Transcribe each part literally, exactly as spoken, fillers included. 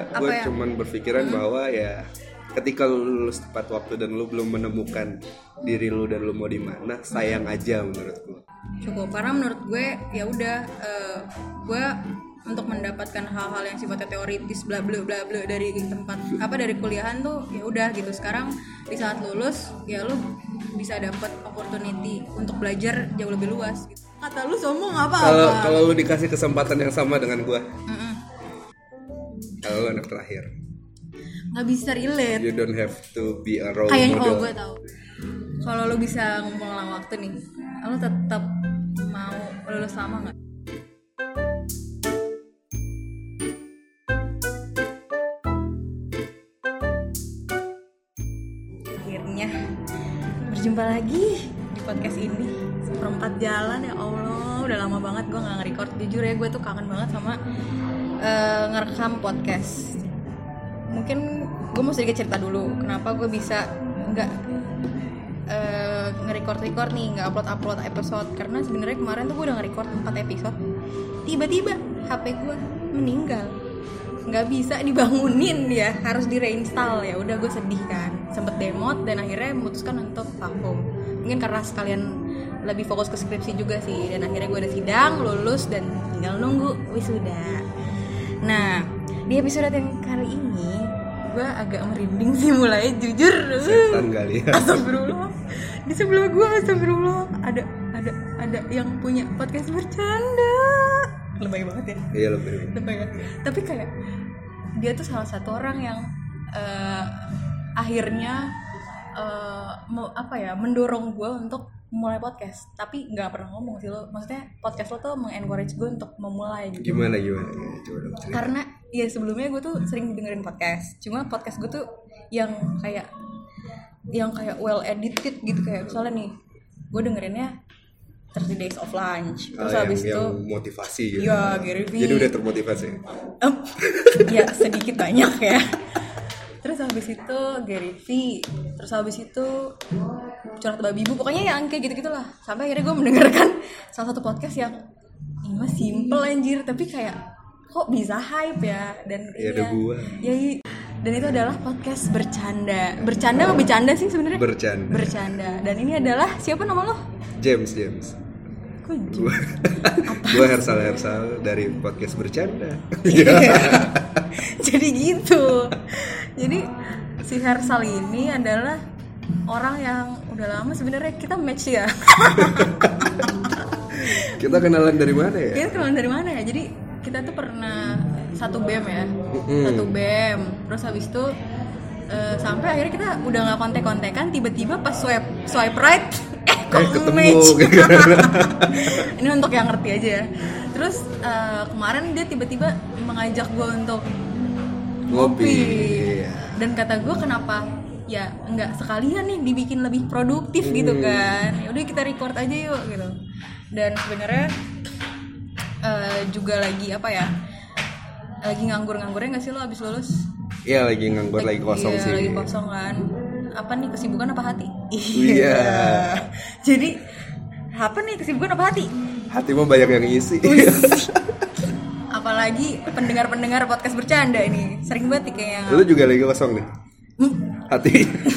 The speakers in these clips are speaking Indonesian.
gue cuman berpikiran hmm? bahwa ya ketika lu lulus tepat waktu dan lu belum menemukan diri lu dan lu mau di mana, sayang aja menurut gue. Cukup, karena menurut gue ya udah uh, gue untuk mendapatkan hal-hal yang sifatnya teoritis bla bla bla bla dari tempat apa dari kuliahan tuh ya udah gitu. Sekarang di saat lulus ya lu bisa dapat opportunity untuk belajar jauh lebih luas gitu. Kata lu sombong apa-apa. Kalau kalau lu dikasih kesempatan yang sama dengan gue. Kalau lu anak terakhir. Nggak bisa relate. You don't have to be a role Kayak, model. Oh gue tahu. Kalau lu bisa ngulang waktu nih, lu tetap mau lulus lama nggak? Akhirnya berjumpa lagi di podcast ini. Seperempat jalan ya Allah, udah lama banget gue nggak nge-record. Jujur ya, gue tuh kangen banget sama uh, ngerekam podcast. Mungkin gue mau sedikit cerita dulu kenapa gue bisa nggak uh, nge-record-record nih, nggak upload-upload episode. Karena sebenarnya kemarin tuh gue udah nge-record empat episode, tiba-tiba H P gue meninggal, nggak bisa dibangunin, ya harus di reinstall. Ya udah gue sedih kan, sempet demot dan akhirnya memutuskan untuk vakum. Mungkin karena sekalian lebih fokus ke skripsi juga sih. Dan akhirnya gue udah sidang, lulus, dan tinggal nunggu wisuda. Nah, di episode yang kali ini gue agak merinding sih mulai, jujur. Setan kali ya. Astagfirullah. Di sebelah gue, astagfirullah, ada ada ada yang punya podcast bercanda. Lebay banget ya. Iya, lebay. Lebay banget. Tapi kayak dia tuh salah satu orang yang uh, akhirnya uh, mau apa ya, mendorong gue untuk mulai podcast. Tapi nggak pernah ngomong sih lo, maksudnya podcast lo tuh mengencourage gue untuk memulai gitu. Gimana gimana? Coba dong cerita. Karena ya sebelumnya gue tuh sering dengerin podcast, cuma podcast gue tuh yang kayak yang kayak well edited gitu, kayak misalnya nih gue dengerinnya thirty days of lunch, terus ah, habis yang, itu yang motivasi gitu. Ya, Gary V. Jadi udah termotivasi. Um, ya sedikit banyak ya. Terus habis itu Gary V, terus habis itu curhat babi ibu, pokoknya yang kayak gitu-gitulah. Sampai akhirnya gue mendengarkan salah satu podcast yang ini mah simple anjir, tapi kayak kok bisa hype ya. Dan ya ada gua. Ya, dan itu adalah podcast bercanda. Bercanda apa bercanda sih sebenarnya? Bercanda. Bercanda. Dan ini adalah, siapa nama lo? James James. Kok Gue gue Hersal Hersal dari podcast bercanda. Jadi gitu. Jadi si Hersal ini adalah orang yang udah lama sebenarnya kita match ya. Kita kenalan dari mana ya? Kita kenalan dari mana ya? Jadi kita tuh pernah satu B E M ya, mm. satu B E M. Terus habis itu uh, sampai akhirnya kita udah nggak kontek-kontekan, tiba-tiba pas swipe swipe right, eh kok eh, ketemu. Ini untuk yang ngerti aja ya. Terus uh, kemarin dia tiba-tiba mengajak gue untuk ngopi. Iya. Dan kata gue kenapa ya nggak sekalian nih dibikin lebih produktif hmm. gitu kan. Ya udah kita record aja yuk gitu. Dan sebenarnya uh, juga lagi apa ya? Lagi nganggur-nganggurnya nggak sih lo abis lulus? Iya lagi nganggur, lagi, lagi kosong iya, sih. Lagi kosong kan. Apa nih, kesibukan apa hati? Iya. Jadi apa nih, kesibukan apa hati? Hati mah banyak yang isi. Apalagi pendengar-pendengar podcast bercanda ini sering banget kayak yang. Lu juga lagi kosong nih. Hmm? Hati.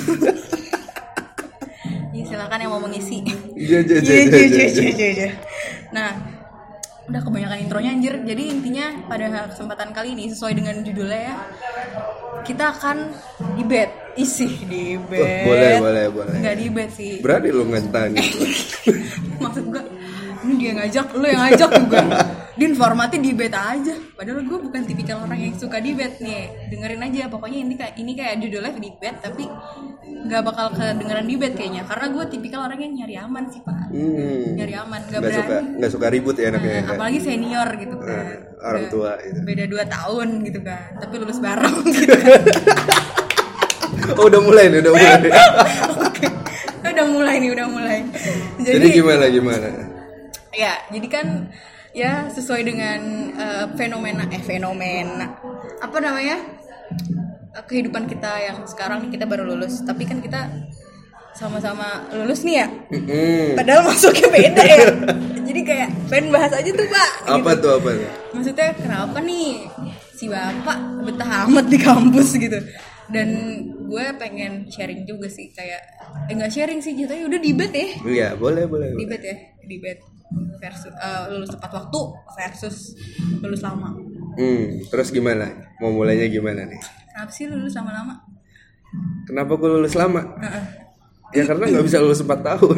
Ini silakan yang mau mengisi. Iya iya iya iya. Nah, udah kebanyakan intronya anjir. Jadi intinya pada kesempatan kali ini sesuai dengan judulnya ya, kita akan debate. Isi debate. Oh, boleh boleh boleh. Enggak debate sih. Berani lu ngentang gitu. Maksud gua ini dia ngajak, lu yang ngajak juga. Di informatif debate aja. Padahal gue bukan tipikal orang yang suka debate nih. Dengerin aja, pokoknya ini kayak ini kayak judulnya debate, tapi nggak bakal kedengeran debate kayaknya. Karena gue tipikal orang yang nyari aman sih pak. Hmm. Nyari aman, nggak berani. Suka, nggak suka ribut ya anaknya. Nah, apalagi senior gitu kan. Nah, orang tua. Gitu. Beda dua tahun gitu kan. Tapi lulus bareng. Gitu kan. Oh udah mulai nih, udah mulai. Oke, udah mulai nih, udah mulai. Jadi, jadi gimana gimana? Ya, jadi kan ya sesuai dengan uh, fenomena eh fenomena apa namanya uh, kehidupan kita yang sekarang kita baru lulus, tapi kan kita sama-sama lulus nih ya. Mm-hmm. Padahal masuknya beda ya. Jadi kayak pengen bahas aja tuh pak. Apa gitu. Tuh apa? Maksudnya kenapa nih si si bapak betah amat di kampus gitu. Dan gue pengen sharing juga sih kayak eh nggak sharing sih jatuhnya udah debate ya. Iya boleh boleh. Debate ya, debate versus uh, lulus tepat waktu versus lulus lama. Hmm, terus gimana? Mau mulainya gimana nih? Kenapa sih lulus lama-lama? Kenapa gue lulus lama? Uh-uh. Ya karena nggak bisa lulus empat tahun.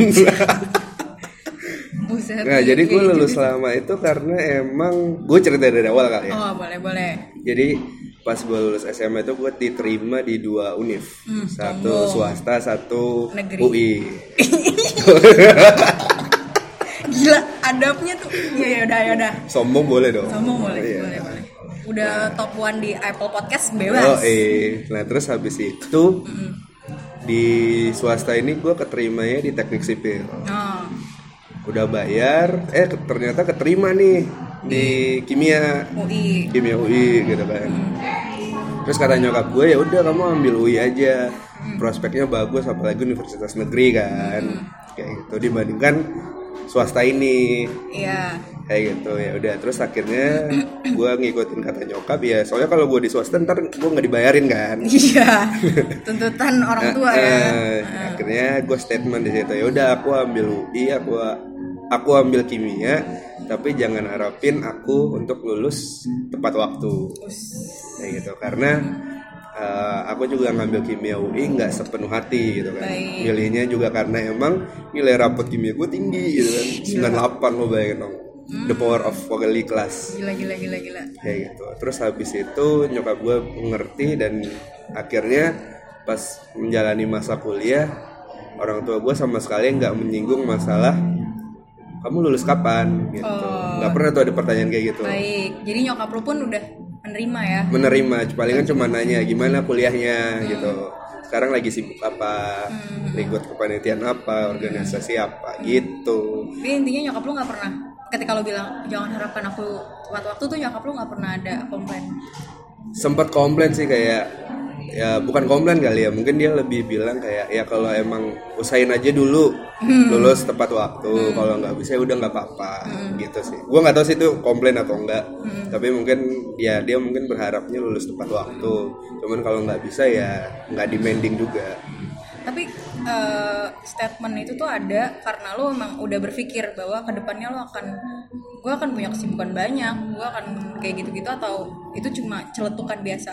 Buset. Nah jadi gue lulus lama itu karena emang gue cerita dari awal kali ya. Oh boleh boleh. Jadi pas gue lulus S M A itu gue diterima di dua univ, hmm, satu tunggu. swasta, satu Negeri. U I. Gila, adabnya tuh. Ya ya udah ya udah. Sombong boleh dong. Sombong boleh, iya. boleh boleh. Udah nah. top one di Apple Podcast bebas. Oh eh, nah terus habis itu mm-hmm. di swasta ini gue keterimanya di teknik sipil. Oh. Udah bayar, eh ternyata keterima nih di kimia U I. Kimia U I gitu kan. Hmm. Terus kata nyokap gue ya udah kamu ambil U I aja. Hmm. Prospeknya bagus apalagi universitas negeri kan. Hmm. Kayak gitu dibandingkan swasta ini. Iya. Kayak gitu ya udah terus akhirnya gue ngikutin kata nyokap ya soalnya kalau gue di swasta ntar gue nggak dibayarin kan. Iya. Tuntutan orang tua ya. Uh, akhirnya gue statement di situ ya udah aku ambil U I aku aku ambil kimia tapi jangan harapin aku untuk lulus tepat waktu. Kayak gitu karena uh, aku juga ngambil kimia U I nggak sepenuh hati gitu kan. Baik. Milihnya juga karena emang nilai rapot kimia gue tinggi gitu kan. sembilan puluh delapan lo bayangin dong. Hmm. The power of Vogeli class. Gila gila gila gila. Kayak gitu. Terus habis itu nyokap gue mengerti dan akhirnya pas menjalani masa kuliah orang tua gue sama sekali nggak menyinggung masalah kamu lulus kapan gitu. Oh. Nggak pernah tuh ada pertanyaan kayak gitu. Baik. Jadi nyokap lu pun udah menerima ya. Menerima. Palingan cuma nanya gimana kuliahnya hmm. gitu. Sekarang lagi sibuk apa, hmm. ikut kepanitiaan apa, organisasi apa gitu. Tapi intinya nyokap lu nggak pernah ketika lo bilang jangan harapkan aku tepat waktu tuh nyokap lu nggak pernah ada komplain. Sempat komplain sih kayak ya bukan komplain kali ya mungkin dia lebih bilang kayak ya kalau emang usahain aja dulu hmm. lulus tepat waktu hmm. kalau nggak bisa ya udah nggak apa-apa hmm. gitu sih. Gue nggak tahu sih itu komplain atau enggak hmm. tapi mungkin ya dia mungkin berharapnya lulus tepat waktu cuman kalau nggak bisa ya nggak demanding juga. Tapi uh, statement itu tuh ada karena lo emang udah berpikir bahwa kedepannya lo akan gue akan punya kesibukan banyak, gue akan kayak gitu-gitu atau itu cuma celetukan biasa?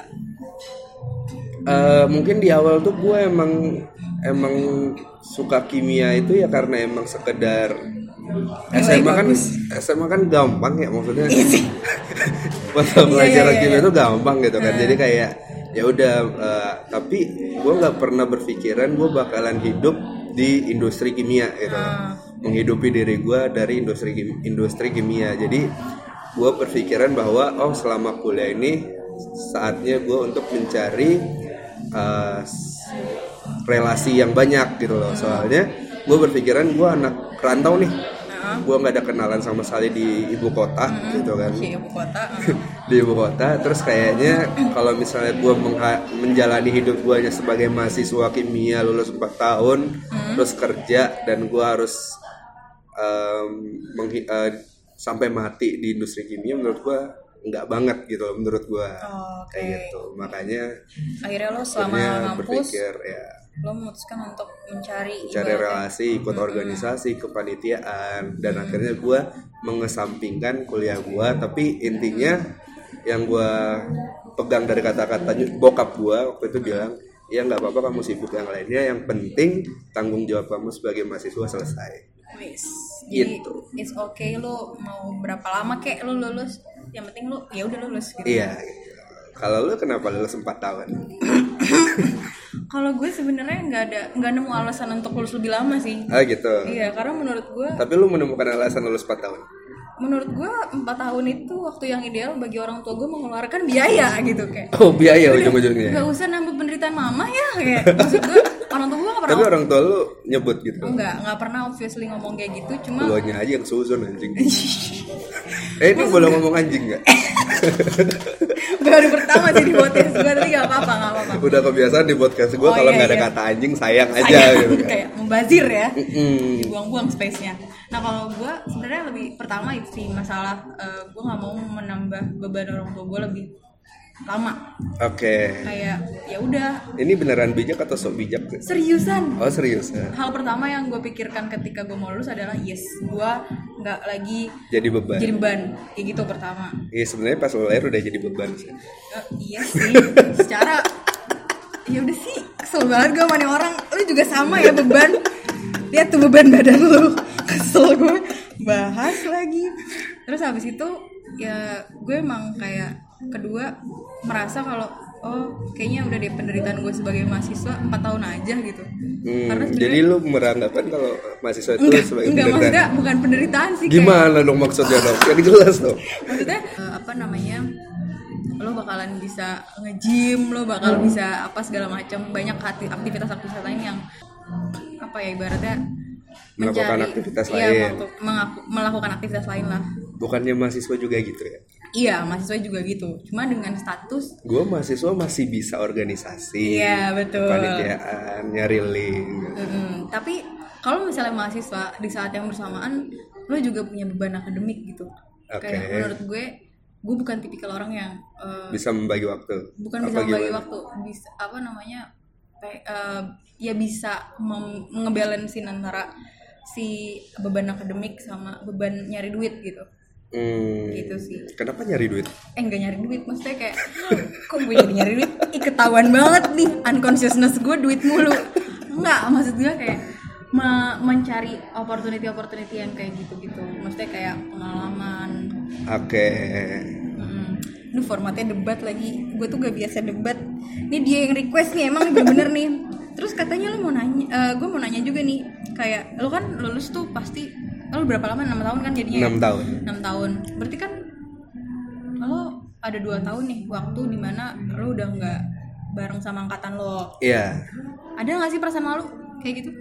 Uh, mungkin di awal tuh gue emang emang suka kimia itu ya karena emang sekedar S M A kan S M A kan gampang ya maksudnya mata pelajaran kimia itu gampang gitu kan jadi kayak ya udah uh, tapi gue nggak pernah berpikiran gue bakalan hidup di industri kimia gitu menghidupi diri gue dari industri industri kimia jadi gue berpikiran bahwa oh selama kuliah ini saatnya gue untuk mencari uh, relasi yang banyak gitu loh soalnya gue berpikiran gue anak rantau nih gue nggak ada kenalan sama sekali di ibu kota hmm, gitu kan di ibu kota di ibu kota terus kayaknya kalau misalnya gue mengha- menjalani hidup gue hanya sebagai mahasiswa kimia lulus empat tahun hmm. terus kerja dan gue harus um, menghi- uh, sampai mati di industri kimia menurut gue nggak banget gitu loh menurut gue oh, okay. kayak gitu makanya akhirnya lo selama ngampus berpikir ya lo memutuskan untuk mencari mencari relasi, ikut hmm. organisasi, kepanitiaan dan hmm. akhirnya gue mengesampingkan kuliah gue tapi intinya yang gue pegang dari kata-kata bokap gue waktu itu bilang ya nggak apa-apa kamu sibuk yang lainnya yang penting tanggung jawab kamu sebagai mahasiswa selesai. Wis. Jadi gitu. It's okay lo mau berapa lama kek lo lulus yang penting lo ya udah lulus gitu. Iya. Gitu. Kalau lo kenapa lulus empat tahun? Kalau gue sebenarnya nggak ada nggak nemu alasan untuk lulus lebih lama sih. Ah gitu. Iya karena menurut gue. Tapi lu menemukan alasan lulus empat tahun? Menurut gue empat tahun itu waktu yang ideal bagi orang tua gue mengeluarkan biaya gitu kayak. Oh biaya ujung-ujungnya. Gak usah nambah penderitaan mama ya kayak. Maksud gue orang tua gue nggak pernah. Tapi orang tua lu nyebut gitu? Enggak nggak pernah obviously ngomong kayak gitu cuma. Lu aja yang suzon anjing. eh ini boleh ngomong anjing nggak? Baru pertama sih di podcast gue tapi nggak apa-apa nggak apa-apa. Udah kebiasaan di podcast gue oh, kalau nggak iya, ada iya. kata anjing sayang, sayang aja gitu kan. Kayak membazir ya, mm-hmm. dibuang-buang space-nya. Nah kalau gue sebenarnya lebih pertama itu sih masalah uh, gue nggak mau menambah beban orang tua gue lebih lama. Oke. Okay. Kayak ya udah. Ini beneran bijak atau sok bijak? Seriusan. Oh serius. Hal pertama yang gue pikirkan ketika gue mau lulus adalah yes, gue nggak lagi jadi beban. Jadi beban, kayak gitu pertama. Iya sebenarnya pas lo lahir udah jadi beban sih. Uh, iya sih. Secara ya udah sih, kesel banget gue sama nih orang. Lu juga sama ya beban. Lihat tuh beban badan lu. Kesel gue. Bahas lagi. Terus habis itu ya gue emang kayak kedua merasa kalau oh kayaknya udah deh penderitaan gue sebagai mahasiswa empat tahun aja gitu. Hmm, karena jadi lu meranggapan kalau mahasiswa itu enggak, sebagai enggak, penderitaan? Maksudnya bukan penderitaan sih. Gimana kayak, dong maksudnya dong? Yang jelas dong. Maksudnya uh, apa namanya? Lo bakalan bisa nge-gym, lo bakal hmm. bisa apa segala macam, banyak aktivitas-aktivitas lain yang apa ya ibaratnya melakukan mencari, aktivitas iya, lain. Mengaku, melakukan aktivitas lain lah. Bukannya mahasiswa juga gitu ya? Iya, mahasiswa juga gitu. Cuma dengan status gue mahasiswa masih bisa organisasi. Iya, betul. Kepanitiaan, nyari link. Mm-hmm. Tapi kalau misalnya mahasiswa di saat yang bersamaan lo juga punya beban akademik gitu. Okay. Kayak menurut gue, gue bukan tipikal orang yang uh, bisa membagi waktu. Bukan apa bisa membagi gimana? waktu, bisa apa namanya? Uh, ya bisa mem- ngebalancein antara si beban akademik sama beban nyari duit gitu. Hmm, gitu sih. Kenapa nyari duit? Eh nggak nyari duit, maksudnya kayak kok gue jadi nyari duit? Ih ketahuan banget nih unconsciousness gue duit mulu. Enggak, maksud gue kayak me- mencari opportunity-opportunity yang kayak gitu-gitu. Maksudnya kayak pengalaman. Oke. Okay. Mm-hmm. Duh formatnya debat lagi. Gue tuh gak biasa debat. Ini dia yang request nih, emang bener-bener nih. Terus katanya lo mau nanya, uh, gue mau nanya juga nih. Kayak lo kan lulus tuh pasti, lo berapa lama? enam tahun kan jadinya? enam tahun. enam tahun. Berarti kan lo ada dua tahun nih waktu dimana lo udah nggak bareng sama angkatan lo. Iya. Ada nggak sih perasaan malu kayak gitu?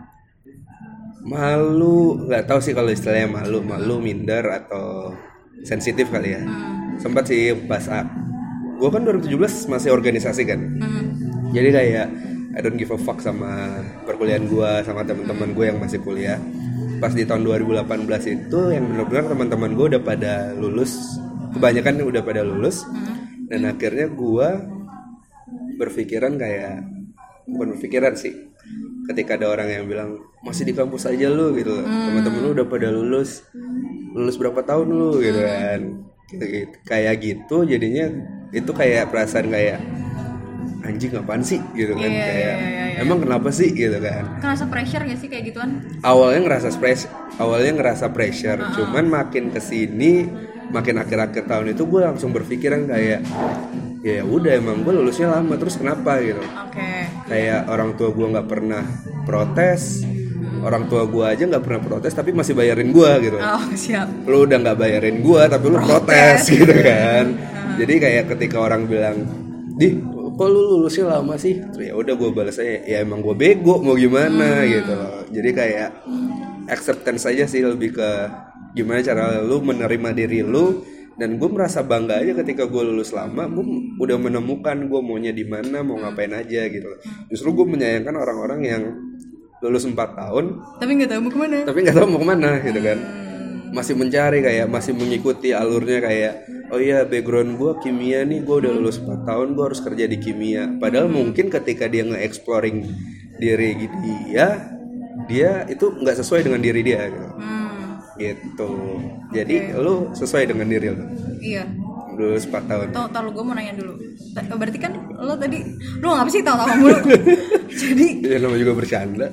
Malu, nggak tahu sih kalau istilahnya malu, malu, minder atau sensitif kali ya. Hmm. Sempat sih pas A. Gue kan dua ribu tujuh belas masih organisasi kan. Hmm. Jadi kayak I don't give a fuck sama perkuliahan gue, sama teman-teman gue yang masih kuliah. Pas di tahun dua ribu delapan belas itu yang benar-benar teman-teman gue udah pada lulus, kebanyakan udah pada lulus, dan akhirnya gue berpikiran kayak, bukan berpikiran sih, ketika ada orang yang bilang masih di kampus aja lu gitu, hmm. teman-teman lu udah pada lulus, lulus berapa tahun lu gitu kan, gitu, gitu. Kayak gitu jadinya itu kayak perasaan kayak anjing apaan sih gitu kan, yeah, kayak yeah, yeah, yeah. emang kenapa sih gitu kan. Ngerasa pressure gak sih kayak gituan? Awalnya ngerasa stress, awalnya ngerasa pressure, uh-huh. cuman makin kesini, makin akhir-akhir tahun itu gue langsung berpikiran kayak ya udah emang gue lulusnya lama terus kenapa gitu. Oke. Okay. Kayak orang tua gue nggak pernah protes, hmm. orang tua gue aja nggak pernah protes tapi masih bayarin gue gitu. Oh siap. Lu udah nggak bayarin gue tapi lu protes, protes gitu kan. uh-huh. Jadi kayak ketika orang bilang, di kok lu lulusnya lama sih? Ya udah gue balas aja, ya emang gue bego mau gimana hmm. gitu loh. Jadi kayak acceptance aja sih, lebih ke gimana cara lu menerima diri lu. Dan gue merasa bangga aja ketika gue lulus lama, gue udah menemukan gue maunya di mana, mau ngapain aja gitu loh. Justru gue menyayangkan orang-orang yang lulus empat tahun tapi nggak tahu mau kemana. Tapi nggak tahu mau kemana gitu kan. Masih mencari, kayak masih mengikuti alurnya, kayak oh iya background gue kimia nih, gue udah lulus empat tahun gue harus kerja di kimia. Padahal mungkin ketika dia nge-exploring diri dia, dia itu nggak sesuai dengan diri dia gitu. Hmm. gitu. Jadi okay. lu sesuai dengan diri lu. Iya. Lulus empat tahun. Tahu, tahu gue mau nanya dulu. Berarti kan lo tadi lu ngapa sih tahu-tahu mulu? Jadi ya namanya juga bercanda.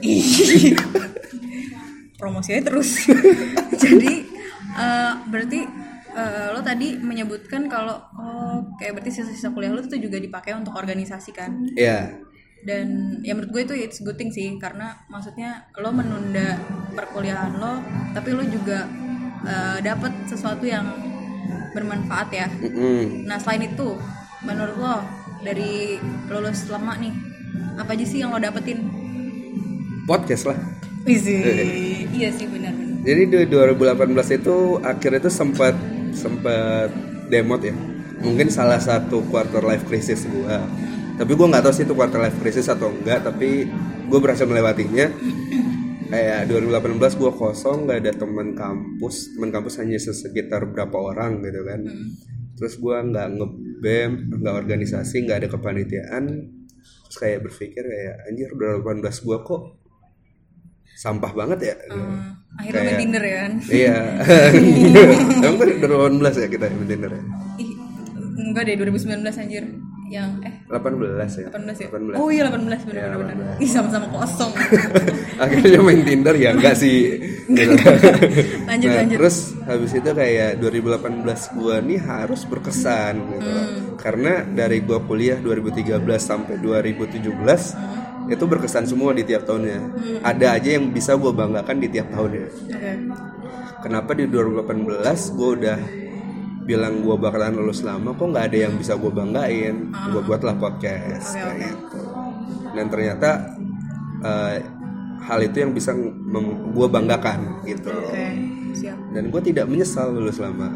Promosinya terus. Jadi uh, berarti uh, lo tadi menyebutkan kalau oh kayak berarti sisa-sisa kuliah lo itu juga dipakai untuk organisasi kan? Iya. Yeah. Dan ya menurut gue itu it's good thing sih, karena maksudnya lo menunda perkuliahan lo tapi lo juga uh, dapat sesuatu yang bermanfaat ya. Mm-hmm. Nah selain itu menurut lo dari lulus lama nih apa aja sih yang lo dapetin? Podcast lah. Isi. Iya sih benar-benar. Jadi di dua ribu delapan belas itu akhirnya itu sempat sempat demot ya, mungkin salah satu quarter life crisis gue. Tapi gue nggak tahu sih itu quarter life crisis atau enggak, tapi gue berhasil melewatinya. Kayak dua ribu delapan belas gue kosong, nggak ada teman kampus, teman kampus hanya sekitar berapa orang gitu kan. Hmm. Terus gue nggak nge B E M, nggak organisasi, nggak ada kepanitiaan. Terus kayak berpikir kayak anjir udah delapan belas gua kok sampah banget ya. Hmm, akhirnya main Tinder ya kan? Iya. Emang kan udah delapan belas ya kita main Tinder ya? Ih, enggak deh, dua ribu sembilan belas anjir. Yang eh delapan belas ya? delapan belas ya? delapan belas. Oh iya delapan belas benar benar. Ya, ih sama-sama kosong. Akhirnya main Tinder ya enggak sih. lanjut nah, lanjut. Terus habis itu kayak dua ribu delapan belas gua nih harus berkesan gitu. Hmm. Karena dari gua kuliah dua ribu tiga belas sampai dua ribu tujuh belas hmm. itu berkesan semua di tiap tahunnya. Hmm. Ada aja yang bisa gua banggakan di tiap tahunnya. Okay. Kenapa di dua ribu delapan belas gua udah bilang gue bakalan lulus lama, kok nggak ada yang bisa gue banggain. uh. Gue buatlah podcast okay, kayak okay. gitu. Dan ternyata uh, hal itu yang bisa mem- gue banggakan gitu. Okay. Siap. Dan gue tidak menyesal lulus lama.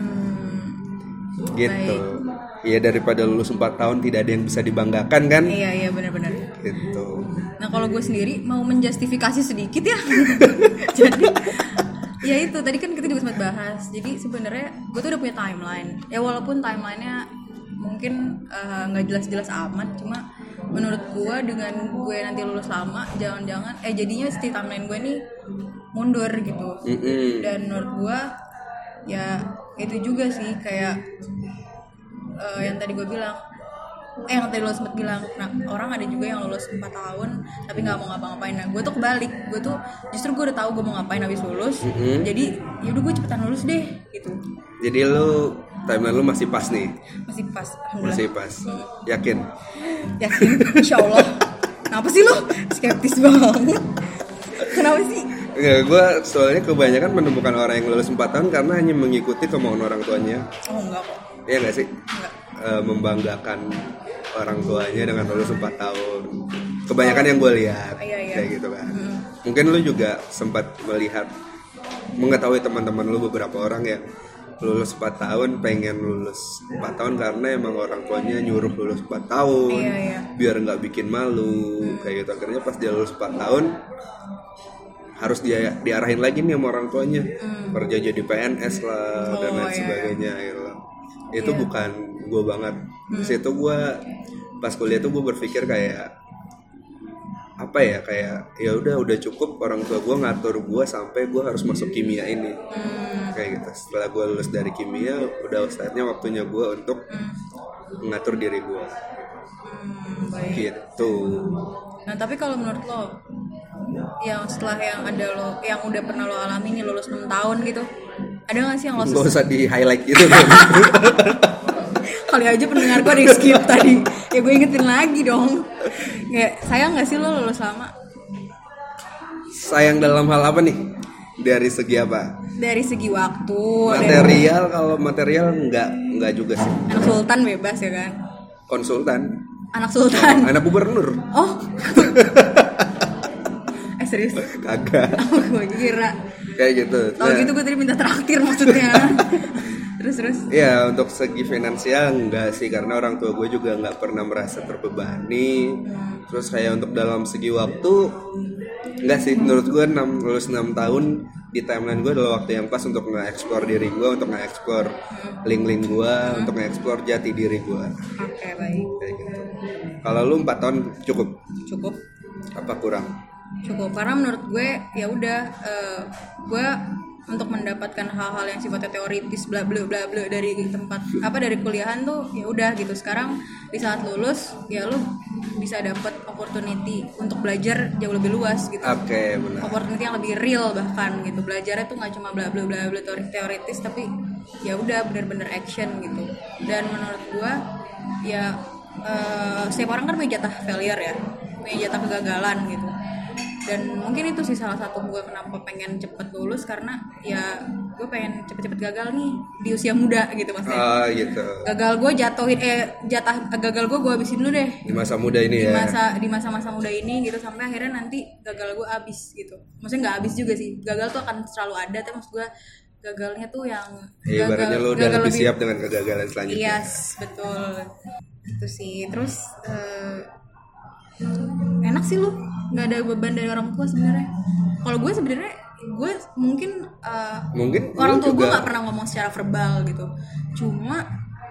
hmm. Gitu. Iya, daripada lulus empat tahun tidak ada yang bisa dibanggakan kan. Iya iya benar-benar gitu. Nah kalau gue sendiri mau menjustifikasi sedikit ya. Jadi ya itu tadi kan kita juga sempat bahas. Jadi sebenarnya gue tuh udah punya timeline. Ya walaupun timelinenya mungkin nggak uh, jelas-jelas amat, cuma menurut gue dengan gue nanti lulus lama, jangan-jangan eh jadinya si timeline gue nih mundur gitu. Mm-hmm. Dan menurut gue ya itu juga sih kayak uh, yang tadi gue bilang. Eh yang tadi lo sempet bilang, nah orang ada juga yang lulus empat tahun tapi nggak mau ngapa-ngapain. Nah gue tuh kebalik, gue tuh justru gue udah tahu gue mau ngapain habis lulus. Mm-hmm. Jadi yaudah gue cepetan lulus deh gitu. Jadi lo timeline lo masih pas nih? Masih pas, masih pas. Hmm. Yakin? Yakin, insya Allah. Kenapa sih lo skeptis banget? Kenapa sih? Enggak, gue soalnya kebanyakan menemukan orang yang lulus empat tahun karena hanya mengikuti kemauan orang tuanya. Oh enggak kok. Iya nggak sih? Enggak. E, membanggakan orang tuanya dengan lulus empat tahun. Kebanyakan oh. yang gue lihat oh, iya, iya. kayak gitu kan. Hmm. Mungkin lu juga sempat melihat, mengetahui teman-teman lu beberapa orang yang lulus empat tahun, pengen lulus empat tahun karena emang orang tuanya nyuruh lulus empat tahun. Iya, iya. Biar nggak bikin malu hmm. kayak gitu. Akhirnya pas dia lulus empat tahun harus dia diarahin lagi nih sama orang tuanya, hmm. kerja jadi P N S lah oh, dan lain iya, sebagainya iya. gitu. Itu yeah. bukan gue banget. Di situ gue pas kuliah tuh gue berpikir kayak apa ya, kayak ya udah udah cukup orang tua gue ngatur gue sampai gue harus masuk kimia ini. Mm. Kayak gitu. Setelah gue lulus dari kimia, udah saatnya waktunya gue untuk mm. mengatur diri gue. Mm, baik. Gitu. Nah tapi kalau menurut lo, yang setelah yang ada lo, yang udah pernah lo alami nih lulus enam tahun gitu, ada nggak sih yang lo? Gak usah di highlight gitu kan. Kali aja pendengar gue ada yang skip tadi, ya gue ingetin lagi dong. Kayak sayang nggak sih lo lulus lama? Sayang dalam hal apa nih? Dari segi apa? Dari segi waktu. Material, dari... kalau material nggak nggak juga sih. Anak sultan bebas ya kan? Konsultan. Anak sultan. Oh, anak gubernur. Oh. eh serius? Kagak. Oh, gue kira. Kayak gitu. Oh nah. Gitu gue tadi minta traktir maksudnya. Terus terus. Ya untuk segi finansial enggak sih, karena orang tua gue juga nggak pernah merasa terbebani. Hmm. Terus kayak untuk dalam segi waktu enggak sih, menurut gue enam, lulus enam tahun di timeline gue adalah waktu yang pas untuk nge-explore diri gue, untuk nge-explore hmm. link-link gue, hmm. untuk nge-explore jati diri gue. Oke okay, baik. Kayak gitu. Kalau lu empat tahun cukup? Cukup. Apa kurang? Cukup, karena menurut gue ya udah uh, gue untuk mendapatkan hal-hal yang sifatnya teoritis bla bla bla bla dari tempat apa dari kuliahan tuh ya udah gitu. Sekarang di saat lulus ya lu bisa dapat opportunity untuk belajar jauh lebih luas gitu. Oke, okay, benar. Opportunity yang lebih real bahkan gitu. Belajarnya tuh nggak cuma bla bla bla bla teoritis, tapi ya udah benar-benar action gitu. Dan menurut gue ya uh, setiap orang kan punya jatah failure ya, punya jatah kegagalan gitu. Dan mungkin itu sih salah satu gue kenapa pengen cepet lulus, karena ya gue pengen cepet-cepet gagal nih di usia muda gitu maksudnya. Ah gitu. Gagal gue jatuhin eh jatah gagal gue gue habisin dulu deh. Di masa muda ini di ya. Di masa di masa-masa muda ini gitu, sampai akhirnya nanti gagal gue habis gitu. Maksudnya nggak habis juga sih. Gagal tuh akan selalu ada, tapi maksud gue gagalnya tuh yang ya, ibaratnya lo udah lebih siap dengan kegagalan selanjutnya. Yes, betul. Itu sih. Terus uh, enak sih lu nggak ada beban dari orang tua sebenarnya. Kalau gue sebenarnya gue mungkin uh, mungkin orang tua gue nggak pernah ngomong secara verbal gitu, cuma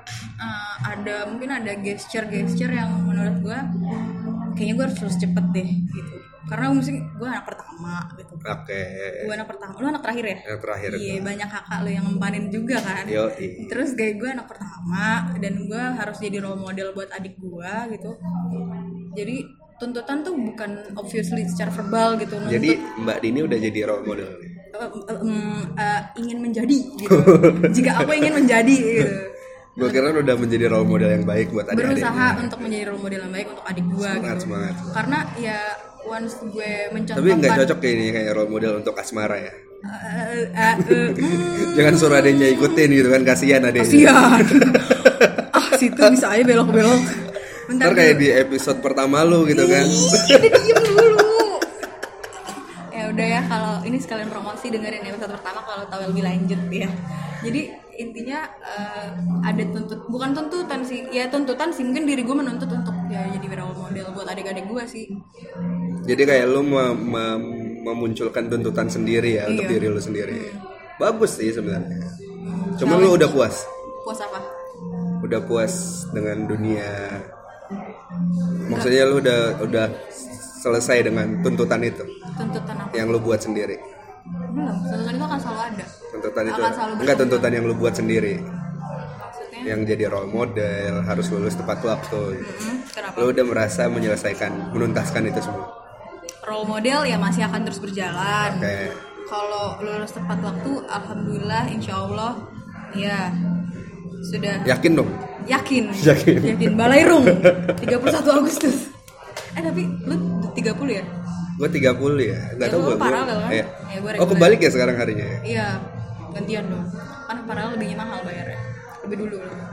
uh, ada mungkin ada gesture-gesture yang menurut gue kayaknya gue harus terus cepet deh gitu. Karena mungkin gue anak pertama gitu. Oke. Okay. Gue anak pertama. Lu anak terakhir ya? Anak terakhir. Iya, banyak kakak lu yang ngempanin juga kan. Yo. Terus kayak gue anak pertama dan gue harus jadi role model buat adik gue gitu. Jadi tuntutan tuh bukan obviously secara verbal gitu. Nuntut, jadi Mbak Dini udah jadi role model. Uh, um, uh, ingin menjadi gitu. Jika aku ingin menjadi gitu. Gue kira udah menjadi role model yang baik buat adik-adiknya. Berusaha untuk menjadi role model yang baik untuk adik gue gitu. Semangat, semangat. Karena ya once gue mencontohkan. Tapi nggak cocok kayak ini kayak role model untuk Asmara ya. Uh, uh, uh, mm. Jangan suruh adiknya ikutin gitu kan, kasihan adiknya. Kasihan. Ah situ bisa aja belok-belok. Bentar, Ntar kayak dulu. Di episode pertama lu gitu kan. Udah diem dulu. Ya udah ya, kalau ini sekalian promosi, dengerin episode pertama kalau tahu lebih lanjut ya. Jadi intinya uh, ada tuntut, bukan tuntutan sih, ya tuntutan sih, mungkin diri gue menuntut untuk ya jadi role model buat adik-adik gue sih. Jadi kayak lu mem- mem- memunculkan tuntutan sendiri ya, iya. Untuk diri lu sendiri. Hmm. Bagus sih sebenarnya. Cuma nah, lu udah puas. Puas apa? Udah puas dengan dunia. Maksudnya lu udah udah selesai dengan tuntutan itu. Tuntutan apa? Yang lu buat sendiri. Belum, tuntutan itu akan selalu ada. Tuntutan itu enggak tuntutan yang lu buat sendiri. Maksudnya? Yang jadi role model, harus lulus tepat waktu. Mm-hmm. Kenapa? Lu udah merasa menyelesaikan, menuntaskan itu semua. Role model ya masih akan terus berjalan. Oke. Okay. Kalau lulus tepat waktu, alhamdulillah, insyaallah, ya sudah. Yakin dong? Yakin. Yakin. Yakin. Balairung. tiga puluh satu Agustus. Eh tapi lu tiga puluh ya? Gue tiga puluh ya. Enggak ya, tahu gue. Paralel kan? Ya. Ya, oh, kebalik ya sekarang harinya ya? Iya. Gantian dong. Kan paralel lebih mahal bayarnya. Lebih dulu.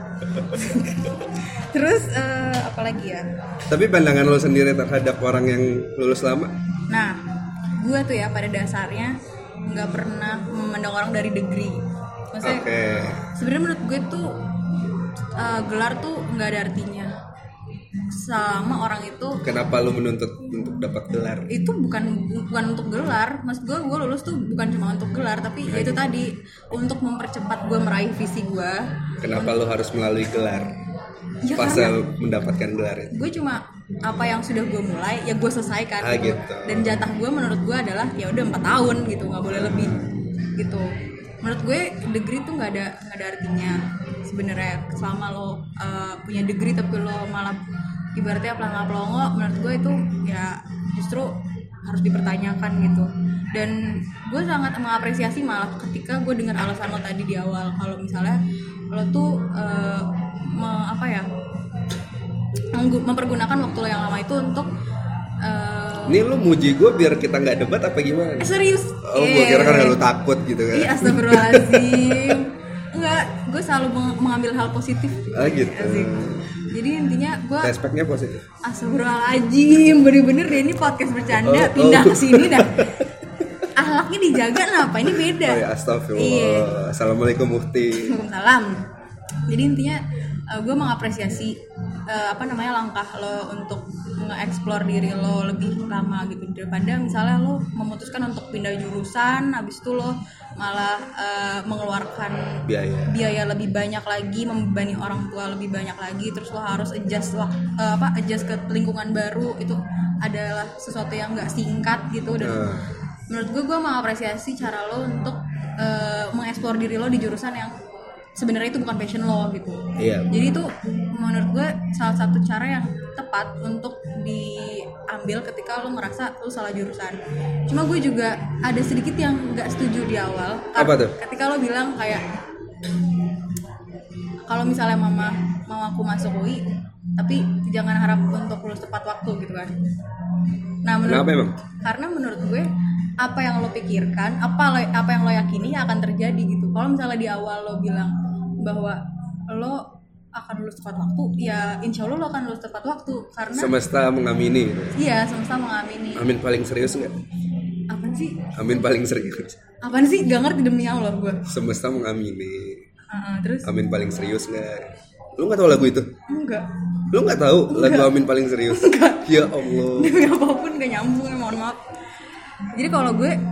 Terus uh, apa lagi ya? Tapi pandangan lo sendiri terhadap orang yang lulus lama? Nah, gue tuh ya pada dasarnya nggak pernah memandang orang dari degree. Maksudnya, okay. Sebenarnya menurut gue tuh uh, gelar tuh nggak ada artinya. Sama orang itu. Kenapa lu menuntut untuk dapat gelar? Itu bukan bukan untuk gelar. Maksud gue, gue lulus tuh bukan cuma untuk gelar, tapi ya itu tadi untuk mempercepat gue meraih visi gue. Kenapa untuk... lu harus melalui gelar? Ya, pasal mendapatkan gelar itu. Gue cuma apa yang sudah gue mulai ya gue selesaikan ah, gitu. gitu. Dan jatah gue menurut gue adalah ya udah empat tahun gitu, nggak boleh lebih gitu. Menurut gue degree tuh nggak ada nggak ada artinya sebenarnya selama lo uh, punya degree tapi lo malah ibaratnya pelangga-pelongo. Menurut gue itu ya justru harus dipertanyakan gitu. Dan gue sangat mengapresiasi malah ketika gue dengar alasan lo tadi di awal kalau misalnya lo tuh uh, me, apa ya mempergunakan waktu lo yang lama itu untuk uh, ini lo muji gue biar kita nggak debat apa gimana? Eh, serius? Oh, yeah. Gue kira kan lo takut gitu kan? Iya, astagfirullahaladzim. Enggak, gue selalu mengambil hal positif. Ah gitu. Asik. Jadi intinya gue aspeknya positif. Astagfirullahaladzim, bener-bener deh ini podcast bercanda, oh, pindah oh. ke sini dah. Akhlaknya dijaga kenapa? Ini beda. Oh ya, astagfirullah. Iya. Assalamualaikum Mufti. Waalaikumsalam. Jadi intinya uh, gue mengapresiasi uh, apa namanya langkah lo untuk nge-explore diri lo lebih lama gitu daripada misalnya lo memutuskan untuk pindah jurusan, habis itu lo malah uh, mengeluarkan biaya biaya lebih banyak lagi, membebani orang tua lebih banyak lagi, terus lo harus adjust uh, apa adjust ke lingkungan baru. Itu adalah sesuatu yang nggak singkat gitu. Dan uh. menurut gue gue mengapresiasi cara lo untuk uh, mengeksplor diri lo di jurusan yang sebenarnya itu bukan passion lo gitu. Iya. Jadi itu menurut gue salah satu cara yang tepat untuk diambil ketika lo merasa lo salah jurusan. Cuma gue juga ada sedikit yang nggak setuju di awal. Apa tuh? Ketika lo bilang kayak kalau misalnya mama mamaku masuk U I, tapi jangan harap untuk lulus tepat waktu gitu kan. Nah menurut Kenapa emang? Karena menurut gue apa yang lo pikirkan, apa lo, apa yang lo yakini akan terjadi gitu. Kalau misalnya di awal lo bilang bahwa lo akan lulus tepat waktu, ya insya Allah lo akan lulus tepat waktu karena semesta mengamini. Iya, semesta mengamini. Amin paling serius nggak? Apaan sih? Amin paling serius. Apaan sih? Gak ngerti demi Allah gue. Semesta mengamini. Uh, terus? Amin paling serius nggak? Lu nggak tahu lagu itu? Enggak. Lu nggak tahu lagu Amin paling serius? Enggak. Ya Allah. Demi apapun gak nyambung, mohon maaf. Jadi kalau gue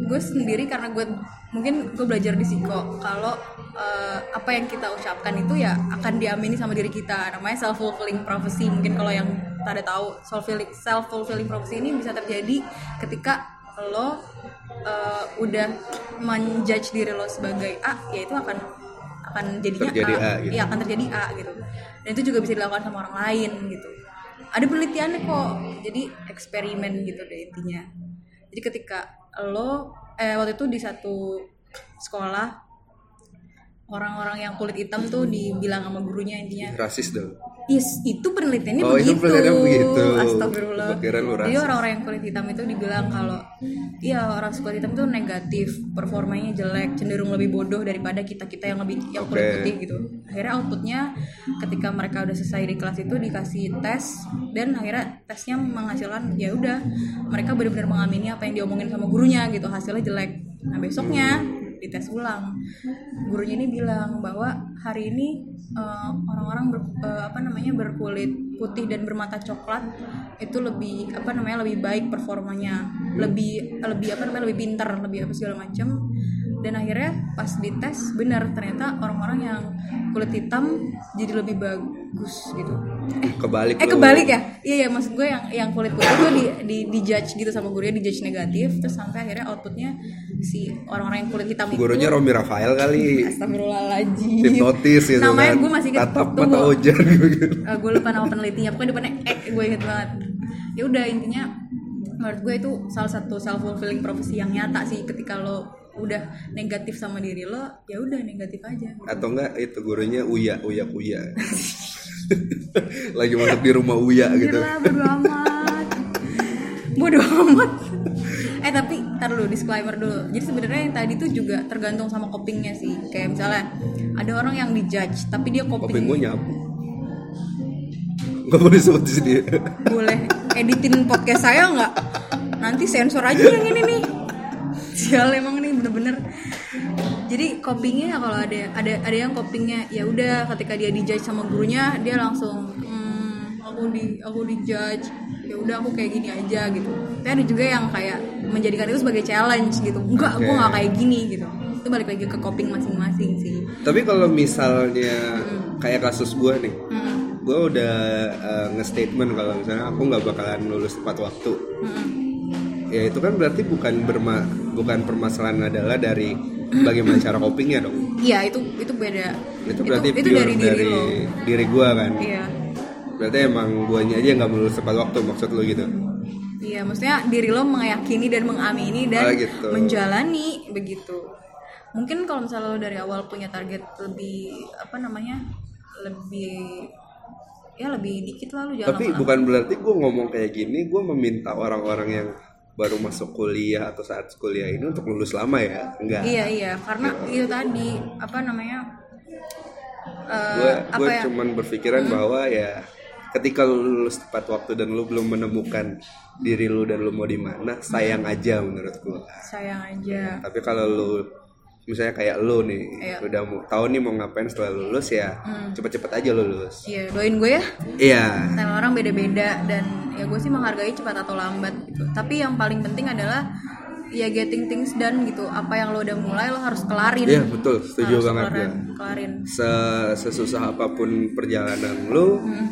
gue sendiri karena gue mungkin gue belajar di psiko kalau uh, apa yang kita ucapkan itu ya akan diamini sama diri kita, namanya self fulfilling prophecy. Mungkin kalau yang tada tahu self fulfilling self fulfilling prophecy ini bisa terjadi ketika lo uh, udah menjudge diri lo sebagai A, ya itu akan akan jadinya terjadi A, A gitu. ya akan terjadi A gitu. Dan itu juga bisa dilakukan sama orang lain gitu. Ada penelitiannya kok, jadi eksperimen gitu deh intinya. Jadi ketika lo eh waktu itu di satu sekolah orang-orang yang kulit hitam tuh dibilang sama gurunya intinya rasis dong. Yes, itu penelitiannya oh, begitu. Itu penelitiannya begitu. Astagfirullah. Jadi orang-orang yang kulit hitam itu dibilang kalau iya orang kulit hitam itu negatif, performanya jelek, cenderung lebih bodoh daripada kita-kita yang lebih yang kulit okay. putih gitu. Akhirnya outputnya ketika mereka udah selesai di kelas itu dikasih tes dan akhirnya tesnya menghasilkan ya udah mereka benar-benar mengamini apa yang diomongin sama gurunya gitu, hasilnya jelek. Nah besoknya dites ulang, gurunya ini bilang bahwa hari ini uh, orang-orang ber, uh, apa namanya berkulit putih dan bermata coklat itu lebih apa namanya lebih baik performanya, lebih lebih apa namanya lebih pintar, lebih apa segala macam. Dan akhirnya pas dites benar ternyata orang-orang yang kulit hitam jadi lebih bagus gitu. Eh kebalik. Eh kebalik ya? Iya ya, maksud gue yang yang kulit putih tuh di di di judge gitu sama gurunya, di judge negatif, terus sampai akhirnya outputnya si orang-orang yang kulit hitam itu. Gurunya Romi Rafael kali. Astagfirullahaladzim. Hipnotis gitu kan. Namanya gue masih ingat. Tatap mata Ojan gitu. Uh, gue lupa nama penelitinya, pokoknya depannya eh gue inget banget. Ya udah intinya menurut gue itu salah satu self fulfilling prophecy yang nyata sih, ketika lo udah negatif sama diri lo ya udah negatif aja gitu. Atau enggak itu gurunya Uya Uya Uya lagi masuk di rumah Uya gitu. Gila, bodo amat bodo amat eh tapi ntar dulu disclaimer dulu. Jadi sebenarnya yang tadi tuh juga tergantung sama copingnya sih. Kayak misalnya ada orang yang dijudge tapi dia coping. Coping gue nyapu. Gak boleh sebut di sini. Boleh editin podcast saya nggak? Nanti sensor aja yang ini nih. Sial emang nih bener-bener. Jadi copingnya kalau ada ada ada yang copingnya ya udah ketika dia dijudge sama gurunya dia langsung hmm, aku di aku dijudge ya udah aku kayak gini aja gitu. Tapi ada juga yang kayak menjadikan itu sebagai challenge gitu. Enggak, okay. Gue nggak kayak gini gitu. Itu balik lagi ke coping masing-masing sih. Tapi kalau misalnya hmm. kayak kasus gue nih, hmm. gue udah uh, nge-statement kalau misalnya aku nggak bakalan lulus tepat waktu. Hmm. Ya itu kan berarti bukan berma bukan permasalahan adalah dari bagaimana cara copingnya dong. Iya itu itu beda. Itu berarti itu, itu pure dari diri, dari lo. diri gue kan. Iya. Berarti emang guanya aja nggak lulus tepat waktu, maksud lo gitu. Iya maksudnya diri lo meyakini dan mengamini dan ah, gitu. menjalani begitu. Mungkin kalau misalnya lo dari awal punya target lebih apa namanya lebih ya lebih dikit lah lo jangan. Tapi bukan berarti gue ngomong kayak gini gue meminta orang-orang yang baru masuk kuliah atau saat kuliah ini untuk lulus lama ya, enggak. Iya iya, karena gitu. Itu tadi apa namanya? Uh, gue ya? cuman berpikiran hmm. bahwa ya ketika lu lulus tepat waktu dan lu belum menemukan diri lu dan lu mau di mana, sayang hmm. aja menurut gue. Sayang aja. Tapi kalau lu misalnya kayak lu nih, iya. udah mau tahu nih mau ngapain setelah lulus ya, hmm. cepet-cepet aja lulus. Iya, doain gue ya. Iya. Tiap orang beda-beda dan ya gue sih menghargai cepat atau lambat gitu. Tapi yang paling penting adalah ya getting things done gitu. Apa yang lo udah mulai lo harus kelarin. Iya betul, setuju harus banget kelarin, ya. Kelarin. Se- sesusah apapun perjalanan lo, hmm.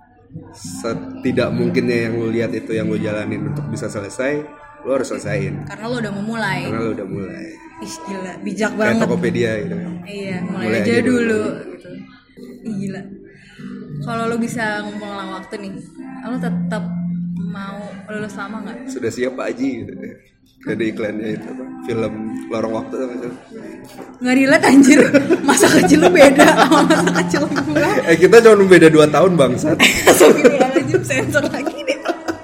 setidak mungkinnya yang lo lihat itu yang lo jalanin untuk bisa selesai, lo harus selesaiin. Karena lo udah memulai. Karena lo udah mulai. Ih gila, bijak kayak banget. Kayak Tokopedia gitu. Iya, mulai, mulai aja, aja dulu, dulu gitu. Ih, gila. Kalau lo bisa ngulang waktu nih, lo tetap mau lulus lama nggak? Sudah siap Pak Haji gitu. Ada iklannya itu apa? Film Lorong Waktu tuh gitu. Nggak relate anjir. Masa kecil lo beda sama masa kecil gue. Eh kita cuma beda dua tahun bangsat. Astagfirullahaladzim, sensor lagi deh.